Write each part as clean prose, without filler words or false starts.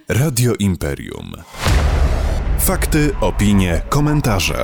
Radio Imperium. Fakty, opinie, komentarze.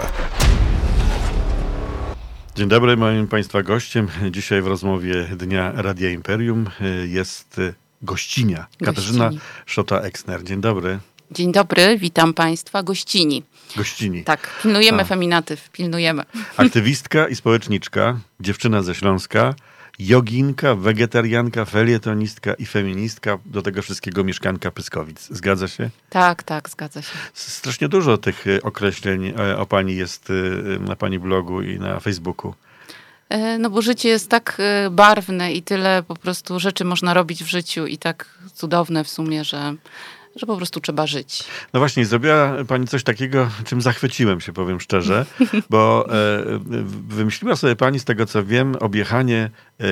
Dzień dobry, moim Państwa gościem dzisiaj w rozmowie Dnia Radia Imperium jest gościnia Katarzyna Szota-Exner. Dzień dobry. Dzień dobry, witam Państwa. Gościni. Tak, pilnujemy feminatyw, pilnujemy. Aktywistka i społeczniczka, dziewczyna ze Śląska, joginka, wegetarianka, felietonistka i feministka, do tego wszystkiego mieszkanka Pyskowic. Zgadza się? Tak, zgadza się. Strasznie dużo tych określeń o pani jest na pani blogu i na Facebooku. No bo życie jest tak barwne i tyle po prostu rzeczy można robić w życiu i tak cudowne w sumie, że po prostu trzeba żyć. No właśnie, zrobiła pani coś takiego, czym zachwyciłem się, powiem szczerze, bo wymyśliła sobie pani, z tego co wiem, objechanie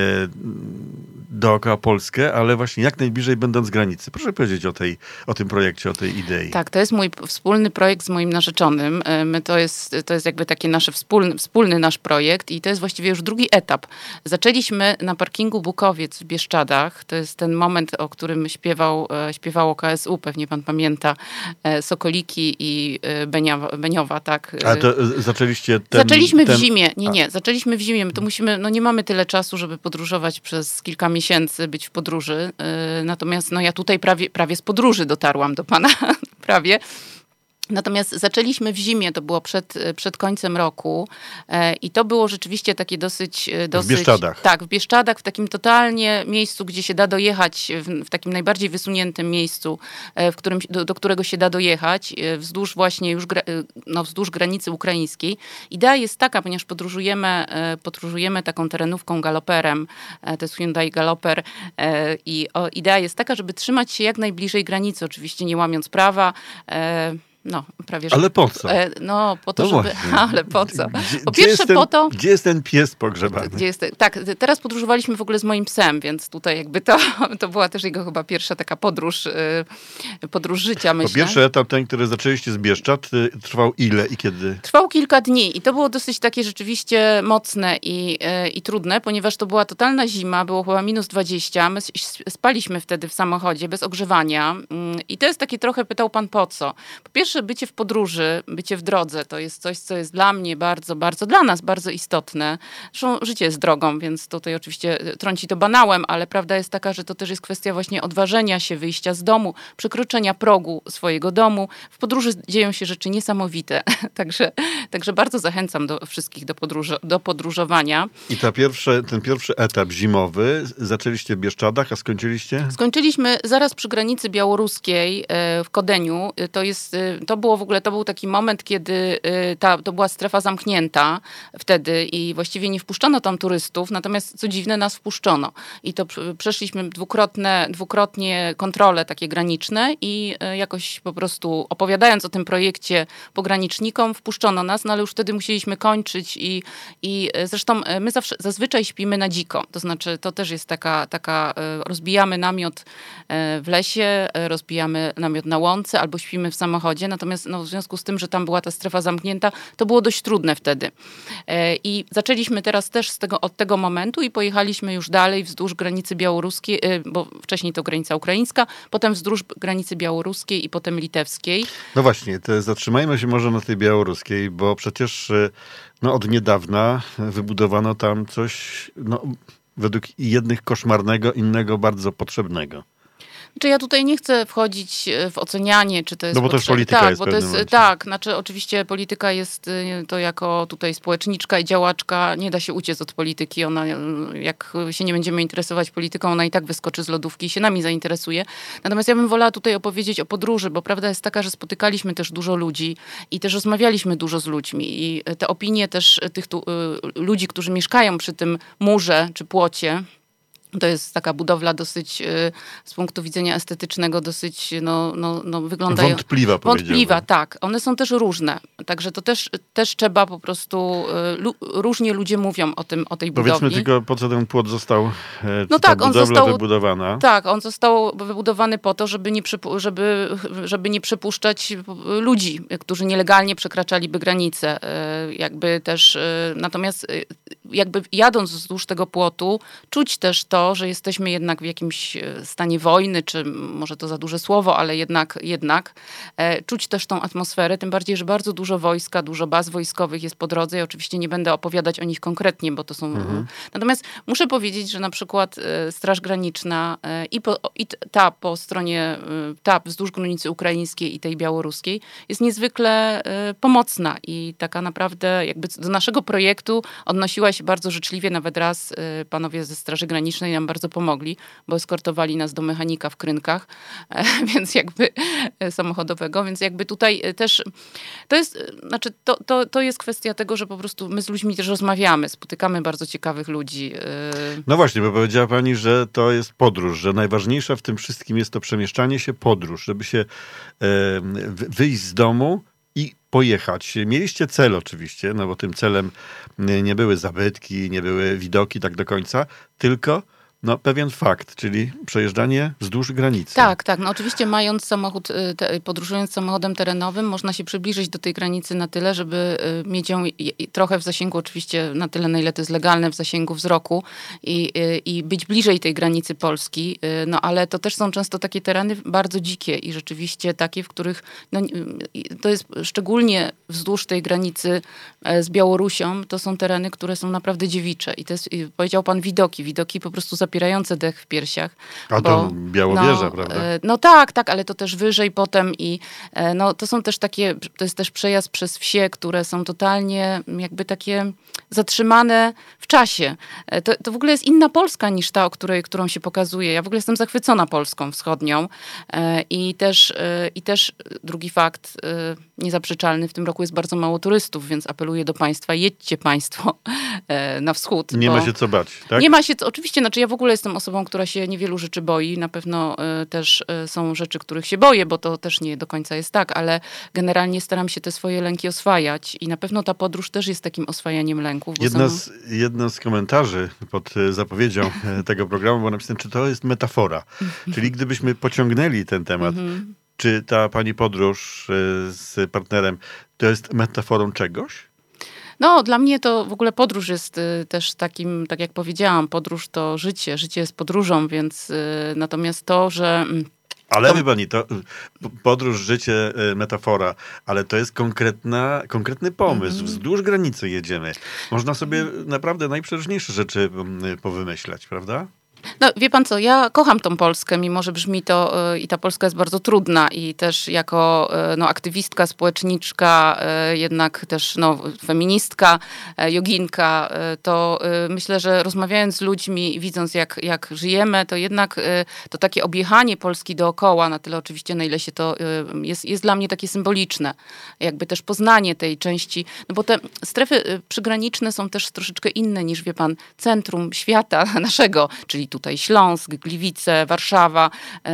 dookoła Polskę, ale właśnie jak najbliżej będąc granicy. Proszę powiedzieć o tym projekcie, o tej idei. Tak, to jest mój wspólny projekt z moim narzeczonym. To jest jakby taki nasz wspólny nasz projekt i to jest właściwie już drugi etap. Zaczęliśmy na parkingu Bukowiec w Bieszczadach. To jest ten moment, o którym śpiewało KSU, pewnie pan pamięta, Sokoliki i Beniowa, tak. A to zaczęliście Zaczęliśmy w zimie. Nie, zaczęliśmy w zimie. My to nie mamy tyle czasu, żeby podróżować przez kilka miesięcy, być w podróży. Natomiast ja tutaj prawie z podróży dotarłam do pana, prawie. Natomiast zaczęliśmy w zimie, to było przed końcem roku i to było rzeczywiście takie dosyć... W Bieszczadach. Tak, w Bieszczadach, w takim totalnie miejscu, gdzie się da dojechać, w takim najbardziej wysuniętym miejscu, do którego się da dojechać, wzdłuż właśnie już wzdłuż granicy ukraińskiej. Idea jest taka, ponieważ podróżujemy taką terenówką galoperem, to jest Hyundai Galoper i idea jest taka, żeby trzymać się jak najbliżej granicy, oczywiście nie łamiąc prawa, prawie że... Ale po co? Po to, żeby... Ale po co? Po pierwsze po to... Gdzie jest ten pies pogrzebany? Tak, teraz podróżowaliśmy w ogóle z moim psem, więc tutaj jakby to była też jego chyba pierwsza taka podróż życia, myślę. Po pierwszy etap, ten, który zaczęliście z Bieszczad, trwał ile i kiedy? Trwał kilka dni i to było dosyć takie rzeczywiście mocne i trudne, ponieważ to była totalna zima, było chyba -20, my spaliśmy wtedy w samochodzie bez ogrzewania i to jest takie trochę, pytał pan po co. Po pierwsze, bycie w podróży, bycie w drodze, to jest coś, co jest dla mnie bardzo, bardzo, dla nas bardzo istotne. Zresztą życie jest drogą, więc tutaj oczywiście trąci to banałem, ale prawda jest taka, że to też jest kwestia właśnie odważenia się, wyjścia z domu, przekroczenia progu swojego domu. W podróży dzieją się rzeczy niesamowite, także bardzo zachęcam wszystkich do podróżowania. I ten pierwszy etap zimowy zaczęliście w Bieszczadach, a skończyliście? Skończyliśmy zaraz przy granicy białoruskiej w Kodeniu. To był taki moment, kiedy to była strefa zamknięta wtedy i właściwie nie wpuszczono tam turystów, natomiast co dziwne nas wpuszczono. I to przeszliśmy dwukrotnie kontrole takie graniczne i jakoś po prostu opowiadając o tym projekcie pogranicznikom wpuszczono nas, ale już wtedy musieliśmy kończyć i zresztą my zazwyczaj śpimy na dziko. To znaczy to też jest taka rozbijamy namiot w lesie, rozbijamy namiot na łące albo śpimy w samochodzie, natomiast w związku z tym, że tam była ta strefa zamknięta, to było dość trudne wtedy. I zaczęliśmy teraz też od tego momentu i pojechaliśmy już dalej wzdłuż granicy białoruskiej, bo wcześniej to granica ukraińska, potem wzdłuż granicy białoruskiej i potem litewskiej. No właśnie, to zatrzymajmy się może na tej białoruskiej, bo przecież od niedawna wybudowano tam coś, według jednych koszmarnego, innego bardzo potrzebnego. Ja tutaj nie chcę wchodzić w ocenianie, czy to jest... No bo to już polityka jest w pewnym momencie. Tak, oczywiście polityka jest, to jako tutaj społeczniczka i działaczka, nie da się uciec od polityki. Ona, jak się nie będziemy interesować polityką, ona i tak wyskoczy z lodówki i się nami zainteresuje. Natomiast ja bym wolała tutaj opowiedzieć o podróży, bo prawda jest taka, że spotykaliśmy też dużo ludzi i też rozmawialiśmy dużo z ludźmi. I te opinie też tych ludzi, którzy mieszkają przy tym murze czy płocie, to jest taka budowla dosyć, z punktu widzenia estetycznego, dosyć, wyglądają... Wątpliwa, tak. One są też różne. Także to też trzeba po prostu... różnie ludzie mówią o tej budowli. Powiedzmy tylko, po co ten płot został... on został wybudowana. Tak, on został wybudowany po to, żeby nie przepuszczać ludzi, którzy nielegalnie przekraczaliby granicę. Jakby też... Natomiast jakby jadąc wzdłuż tego płotu, czuć też to, to, że jesteśmy jednak w jakimś stanie wojny, czy może to za duże słowo, ale jednak czuć też tą atmosferę, tym bardziej, że bardzo dużo wojska, dużo baz wojskowych jest po drodze. Ja oczywiście nie będę opowiadać o nich konkretnie, bo to są... Natomiast muszę powiedzieć, że na przykład Straż Graniczna i ta po stronie, ta wzdłuż granicy ukraińskiej i tej białoruskiej jest niezwykle pomocna i taka naprawdę jakby do naszego projektu odnosiła się bardzo życzliwie. Nawet raz panowie ze Straży Granicznej nam bardzo pomogli, bo eskortowali nas do mechanika w Krynkach, więc jakby samochodowego, więc jakby tutaj też to jest kwestia tego, że po prostu my z ludźmi też rozmawiamy, spotykamy bardzo ciekawych ludzi. No właśnie, bo powiedziała pani, że to jest podróż, że najważniejsza w tym wszystkim jest to przemieszczanie się, podróż, żeby się wyjść z domu i pojechać. Mieliście cel oczywiście, no bo tym celem nie były zabytki, nie były widoki tak do końca, tylko pewien fakt, czyli przejeżdżanie wzdłuż granicy. Tak. No oczywiście mając samochód, podróżując samochodem terenowym, można się przybliżyć do tej granicy na tyle, żeby mieć ją trochę w zasięgu, oczywiście na tyle, na ile to jest legalne, w zasięgu wzroku i być bliżej tej granicy Polski. No ale to też są często takie tereny bardzo dzikie i rzeczywiście takie, w których to jest szczególnie wzdłuż tej granicy z Białorusią, to są tereny, które są naprawdę dziewicze. I to jest, powiedział pan, widoki po prostu zapierające dech w piersiach. A to Białowieża, prawda? No tak, ale to też wyżej potem i to są też takie, to jest też przejazd przez wsie, które są totalnie jakby takie zatrzymane w czasie. To w ogóle jest inna Polska niż ta, którą się pokazuje. Ja w ogóle jestem zachwycona Polską wschodnią i też drugi fakt niezaprzeczalny, w tym roku jest bardzo mało turystów, więc apeluję do państwa, jedźcie państwo na wschód. Nie ma się co bać, tak? Nie ma się co, oczywiście, ja w ogóle jestem osobą, która się niewielu rzeczy boi. Na pewno też są rzeczy, których się boję, bo to też nie do końca jest tak, ale generalnie staram się te swoje lęki oswajać i na pewno ta podróż też jest takim oswajaniem lęków. Jedno z komentarzy pod zapowiedzią tego programu było napisane, czy to jest metafora. Czyli gdybyśmy pociągnęli ten temat, czy ta pani podróż z partnerem to jest metaforą czegoś? No, dla mnie to w ogóle podróż jest też takim, tak jak powiedziałam, podróż to życie. Życie jest podróżą, więc natomiast to, że... Ale wie pani, to podróż, życie, metafora, ale to jest konkretny pomysł. Wzdłuż granicy jedziemy. Można sobie naprawdę najprzeróżniejsze rzeczy powymyślać, prawda? No, wie pan co, ja kocham tą Polskę, mimo że brzmi to i ta Polska jest bardzo trudna i też jako aktywistka, społeczniczka, jednak też feministka, joginka, to myślę, że rozmawiając z ludźmi, widząc jak żyjemy, to jednak to takie objechanie Polski dookoła, na tyle oczywiście, na ile się to jest dla mnie takie symboliczne. Jakby też poznanie tej części, no bo te strefy przygraniczne są też troszeczkę inne niż, wie pan, centrum świata naszego, czyli tutaj Śląsk, Gliwice, Warszawa.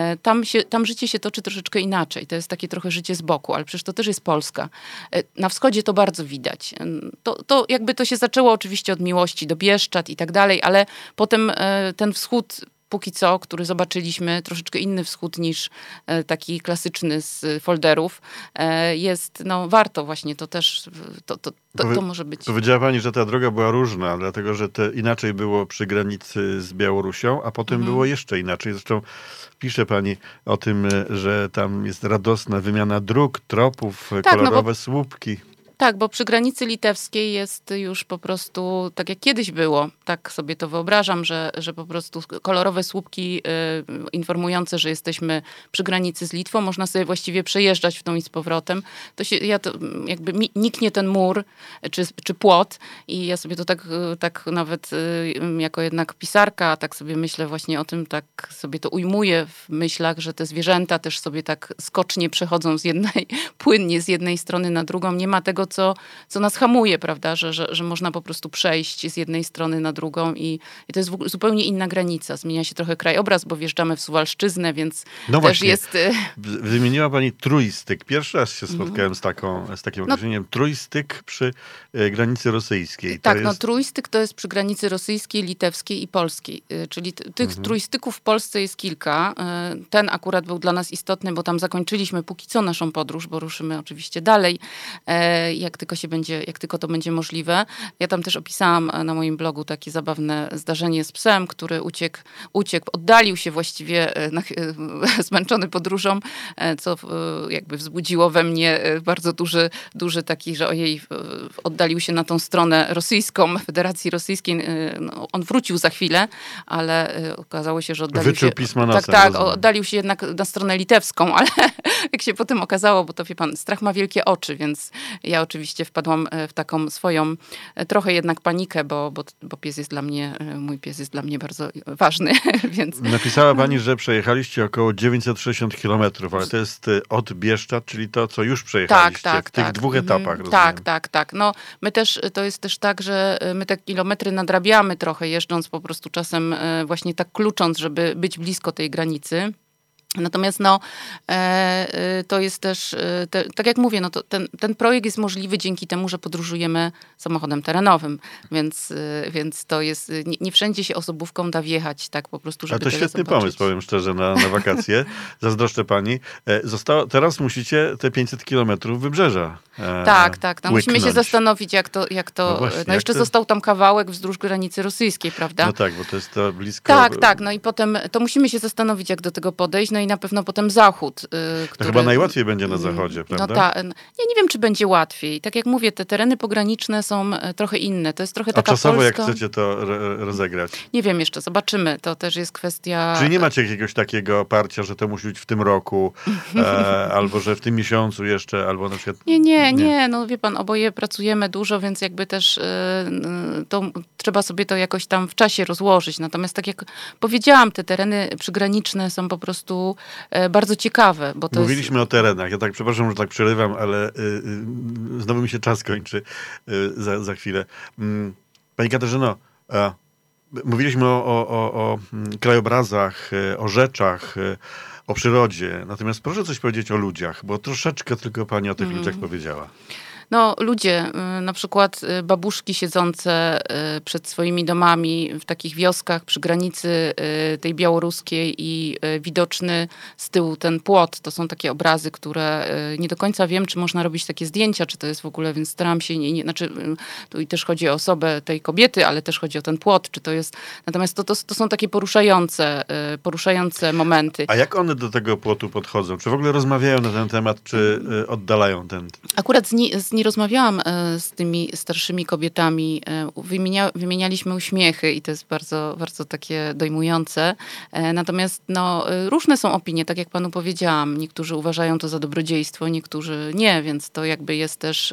Tam życie się toczy troszeczkę inaczej. To jest takie trochę życie z boku, ale przecież to też jest Polska. Na wschodzie to bardzo widać. To jakby to się zaczęło oczywiście od miłości do Bieszczad i tak dalej, ale potem ten wschód póki co, który zobaczyliśmy, troszeczkę inny wschód niż taki klasyczny z folderów, jest, warto właśnie, to też, to może być. Powiedziała pani, że ta droga była różna, dlatego, że inaczej było przy granicy z Białorusią, a potem było jeszcze inaczej. Zresztą pisze pani o tym, że tam jest radosna wymiana dróg, tropów, kolorowe słupki. Tak, bo przy granicy litewskiej jest już po prostu, tak jak kiedyś było, tak sobie to wyobrażam, że po prostu kolorowe słupki informujące, że jesteśmy przy granicy z Litwą, można sobie właściwie przejeżdżać w tą i z powrotem. Jakby niknie ten mur czy płot i ja sobie to tak nawet jako jednak pisarka, tak sobie myślę właśnie o tym, tak sobie to ujmuję w myślach, że te zwierzęta też sobie tak skocznie przechodzą płynnie z jednej strony na drugą. Nie ma tego, co nas hamuje, prawda, że można po prostu przejść z jednej strony na drugą i to jest zupełnie inna granica. Zmienia się trochę krajobraz, bo wjeżdżamy w Suwalszczyznę, więc też właśnie. jest... Wymieniła pani trójstyk. Pierwszy raz się spotkałem z takim określeniem. Trójstyk przy granicy rosyjskiej. Tak, trójstyk to jest przy granicy rosyjskiej, litewskiej i polskiej. Czyli tych trójstyków w Polsce jest kilka. Ten akurat był dla nas istotny, bo tam zakończyliśmy póki co naszą podróż, bo ruszymy oczywiście dalej. jak tylko to będzie możliwe. Ja tam też opisałam na moim blogu takie zabawne zdarzenie z psem, który uciekł, oddalił się właściwie zmęczony podróżą, co jakby wzbudziło we mnie bardzo duży taki, że ojej, oddalił się na tą stronę rosyjską, Federacji Rosyjskiej. No, on wrócił za chwilę, ale okazało się, że oddalił Wyczuł się... pismo nosem. Tak, oddalił się jednak na stronę litewską, ale jak się potem okazało, bo to wie pan, strach ma wielkie oczy, więc ja oczywiście wpadłam w taką swoją trochę jednak panikę, bo mój pies jest dla mnie bardzo ważny, więc... Napisała pani, że przejechaliście około 960 kilometrów, ale to jest od Bieszczad, czyli to, co już przejechaliście w tych dwóch etapach, rozumiem. Tak. No, my też, to jest też tak, że my te kilometry nadrabiamy trochę, jeżdżąc po prostu czasem właśnie tak klucząc, żeby być blisko tej granicy. Natomiast to jest też, tak jak mówię, no to ten projekt jest możliwy dzięki temu, że podróżujemy samochodem terenowym, więc to jest, nie wszędzie się osobówką da wjechać, tak po prostu, żeby Ale to świetny zobaczyć. pomysł, powiem szczerze, na wakacje. Zazdroszczę pani. Teraz musicie te 500 kilometrów wybrzeża Tak. No, musimy się zastanowić, jak to No właśnie, no jeszcze został tam kawałek wzdłuż granicy rosyjskiej, prawda? No tak, bo to jest to blisko... Tak. No i potem to musimy się zastanowić, jak do tego podejść. No i na pewno potem Zachód. To chyba najłatwiej będzie na zachodzie, prawda? No tak. Ja nie wiem, czy będzie łatwiej. Tak jak mówię, te tereny pograniczne są trochę inne. To jest trochę taka czasowo Polska... jak chcecie to rozegrać? Nie wiem jeszcze, zobaczymy. To też jest kwestia... Czyli nie macie jakiegoś takiego oparcia, że to musi być w tym roku, albo że w tym miesiącu jeszcze, albo na przykład... Nie. No wie pan, oboje pracujemy dużo, więc jakby też to trzeba sobie to jakoś tam w czasie rozłożyć. Natomiast tak jak powiedziałam, te tereny przygraniczne są po prostu bardzo ciekawe. Bo to Mówiliśmy o terenach. Ja tak przepraszam, że tak przerywam, ale znowu mi się czas kończy za chwilę. Pani Katarzyno, mówiliśmy o krajobrazach, o rzeczach, o przyrodzie. Natomiast proszę coś powiedzieć o ludziach, bo troszeczkę tylko pani o tych ludziach powiedziała. No ludzie, na przykład babuszki siedzące przed swoimi domami w takich wioskach przy granicy tej białoruskiej i widoczny z tyłu ten płot. To są takie obrazy, które nie do końca wiem, czy można robić takie zdjęcia, czy to jest w ogóle, więc staram się, znaczy tu i też chodzi o osobę tej kobiety, ale też chodzi o ten płot, czy to jest, natomiast to są takie poruszające momenty. A jak one do tego płotu podchodzą? Czy w ogóle rozmawiają na ten temat, czy oddalają ten... Akurat z nimi rozmawiałam z tymi starszymi kobietami, wymienialiśmy uśmiechy i to jest bardzo, bardzo takie dojmujące. Natomiast różne są opinie, tak jak panu powiedziałam. Niektórzy uważają to za dobrodziejstwo, niektórzy nie, więc to jakby jest też,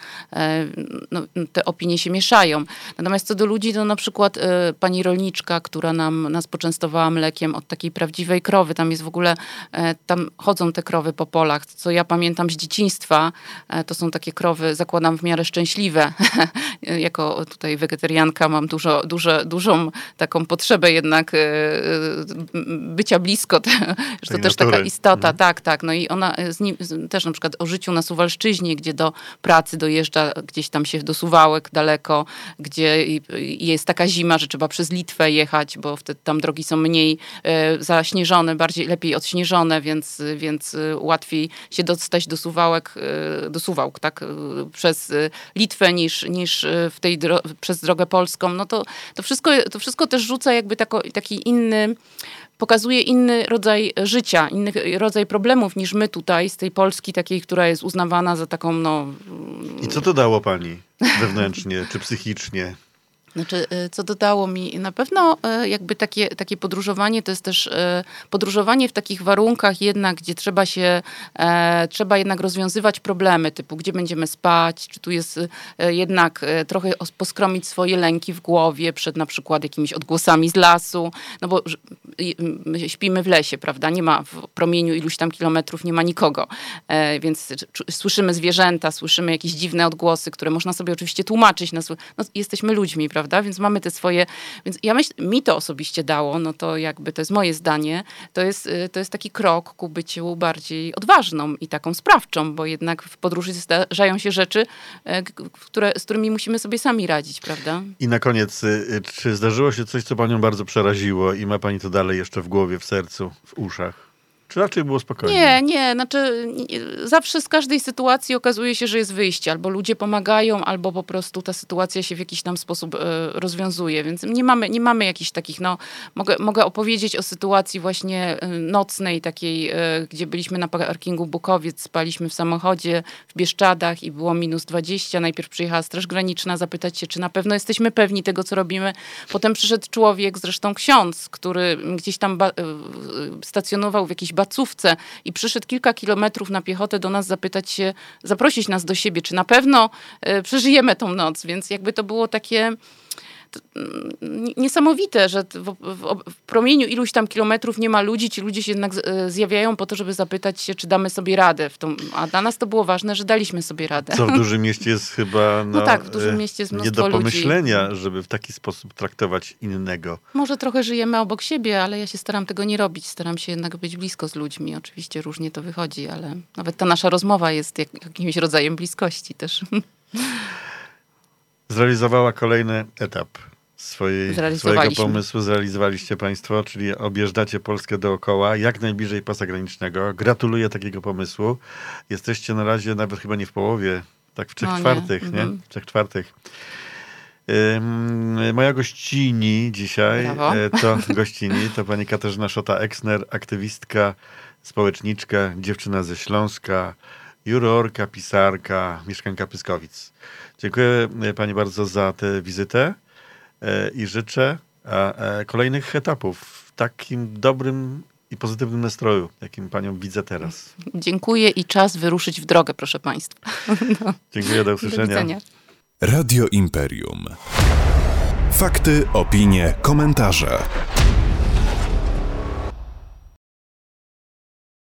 te opinie się mieszają. Natomiast co do ludzi, to na przykład pani rolniczka, która nas poczęstowała mlekiem od takiej prawdziwej krowy. Tam jest w ogóle, tam chodzą te krowy po polach. Co ja pamiętam z dzieciństwa, to są takie krowy, zakładam, w miarę szczęśliwe. Jako tutaj wegetarianka mam dużą taką potrzebę jednak bycia blisko, że to też taka istota. Tak. No i ona też na przykład o życiu na Suwalszczyźnie, gdzie do pracy dojeżdża gdzieś tam się do Suwałek daleko, gdzie jest taka zima, że trzeba przez Litwę jechać, bo wtedy tam drogi są mniej zaśnieżone, lepiej odśnieżone, więc łatwiej się dostać do Suwałk, tak? Przez Litwę niż przez drogę polską. No to wszystko też rzuca jakby taki inny, pokazuje inny rodzaj życia, inny rodzaj problemów niż my tutaj z tej Polski takiej, która jest uznawana za taką, I co to dało pani wewnętrznie czy psychicznie? Znaczy, co dodało mi na pewno jakby takie podróżowanie, to jest też podróżowanie w takich warunkach jednak, gdzie trzeba jednak rozwiązywać problemy, typu gdzie będziemy spać, czy tu jest jednak trochę poskromić swoje lęki w głowie przed na przykład jakimiś odgłosami z lasu, no bo śpimy w lesie, prawda, nie ma w promieniu iluś tam kilometrów, nie ma nikogo, więc słyszymy zwierzęta, słyszymy jakieś dziwne odgłosy, które można sobie oczywiście tłumaczyć, jesteśmy ludźmi, prawda? Więc mamy te swoje... Więc ja myślę, mi to osobiście dało, no to jakby to jest moje zdanie, to jest taki krok ku byciu bardziej odważną i taką sprawczą, bo jednak w podróży zdarzają się rzeczy, z którymi musimy sobie sami radzić, prawda? I na koniec, czy zdarzyło się coś, co panią bardzo przeraziło i ma pani to dalej jeszcze w głowie, w sercu, w uszach? Czy raczej było spokojnie? Nie, znaczy zawsze z każdej sytuacji okazuje się, że jest wyjście. Albo ludzie pomagają, albo po prostu ta sytuacja się w jakiś tam sposób rozwiązuje. Więc nie mamy jakichś takich, mogę opowiedzieć o sytuacji właśnie nocnej takiej, gdzie byliśmy na parkingu Bukowiec, spaliśmy w samochodzie w Bieszczadach i było -20. Najpierw przyjechała Straż Graniczna zapytać się, czy na pewno jesteśmy pewni tego, co robimy. Potem przyszedł człowiek, zresztą ksiądz, który gdzieś tam stacjonował w jakiejś bacówce i przyszedł kilka kilometrów na piechotę do nas zapytać się, zaprosić nas do siebie, czy na pewno przeżyjemy tą noc. Więc jakby to było takie niesamowite, że w promieniu iluś tam kilometrów nie ma ludzi, ci ludzie się jednak zjawiają po to, żeby zapytać się, czy damy sobie radę. A dla nas to było ważne, że daliśmy sobie radę. Co w dużym mieście jest chyba tak, w dużym mieście jest mnóstwo nie do pomyślenia, ludzi. żeby w taki sposób traktować innego. Może trochę żyjemy obok siebie, ale ja się staram tego nie robić. Staram się jednak być blisko z ludźmi. Oczywiście różnie to wychodzi, ale nawet ta nasza rozmowa jest jakimś rodzajem bliskości też. Zrealizowała kolejny etap swojego pomysłu. Zrealizowaliście państwo, czyli objeżdżacie Polskę dookoła, jak najbliżej pasa granicznego. Gratuluję takiego pomysłu. Jesteście na razie nawet chyba nie w połowie, tak w 3/4, nie? W 3/4. Moja gościni dzisiaj to pani Katarzyna Szota-Exner, aktywistka, społeczniczka, dziewczyna ze Śląska, jurorka, pisarka, mieszkanka Pyskowic. Dziękuję pani bardzo za tę wizytę i życzę kolejnych etapów w takim dobrym i pozytywnym nastroju, jakim panią widzę teraz. Dziękuję i czas wyruszyć w drogę, proszę państwa. Dziękuję, do usłyszenia. Do widzenia. Radio Imperium. Fakty, opinie, komentarze.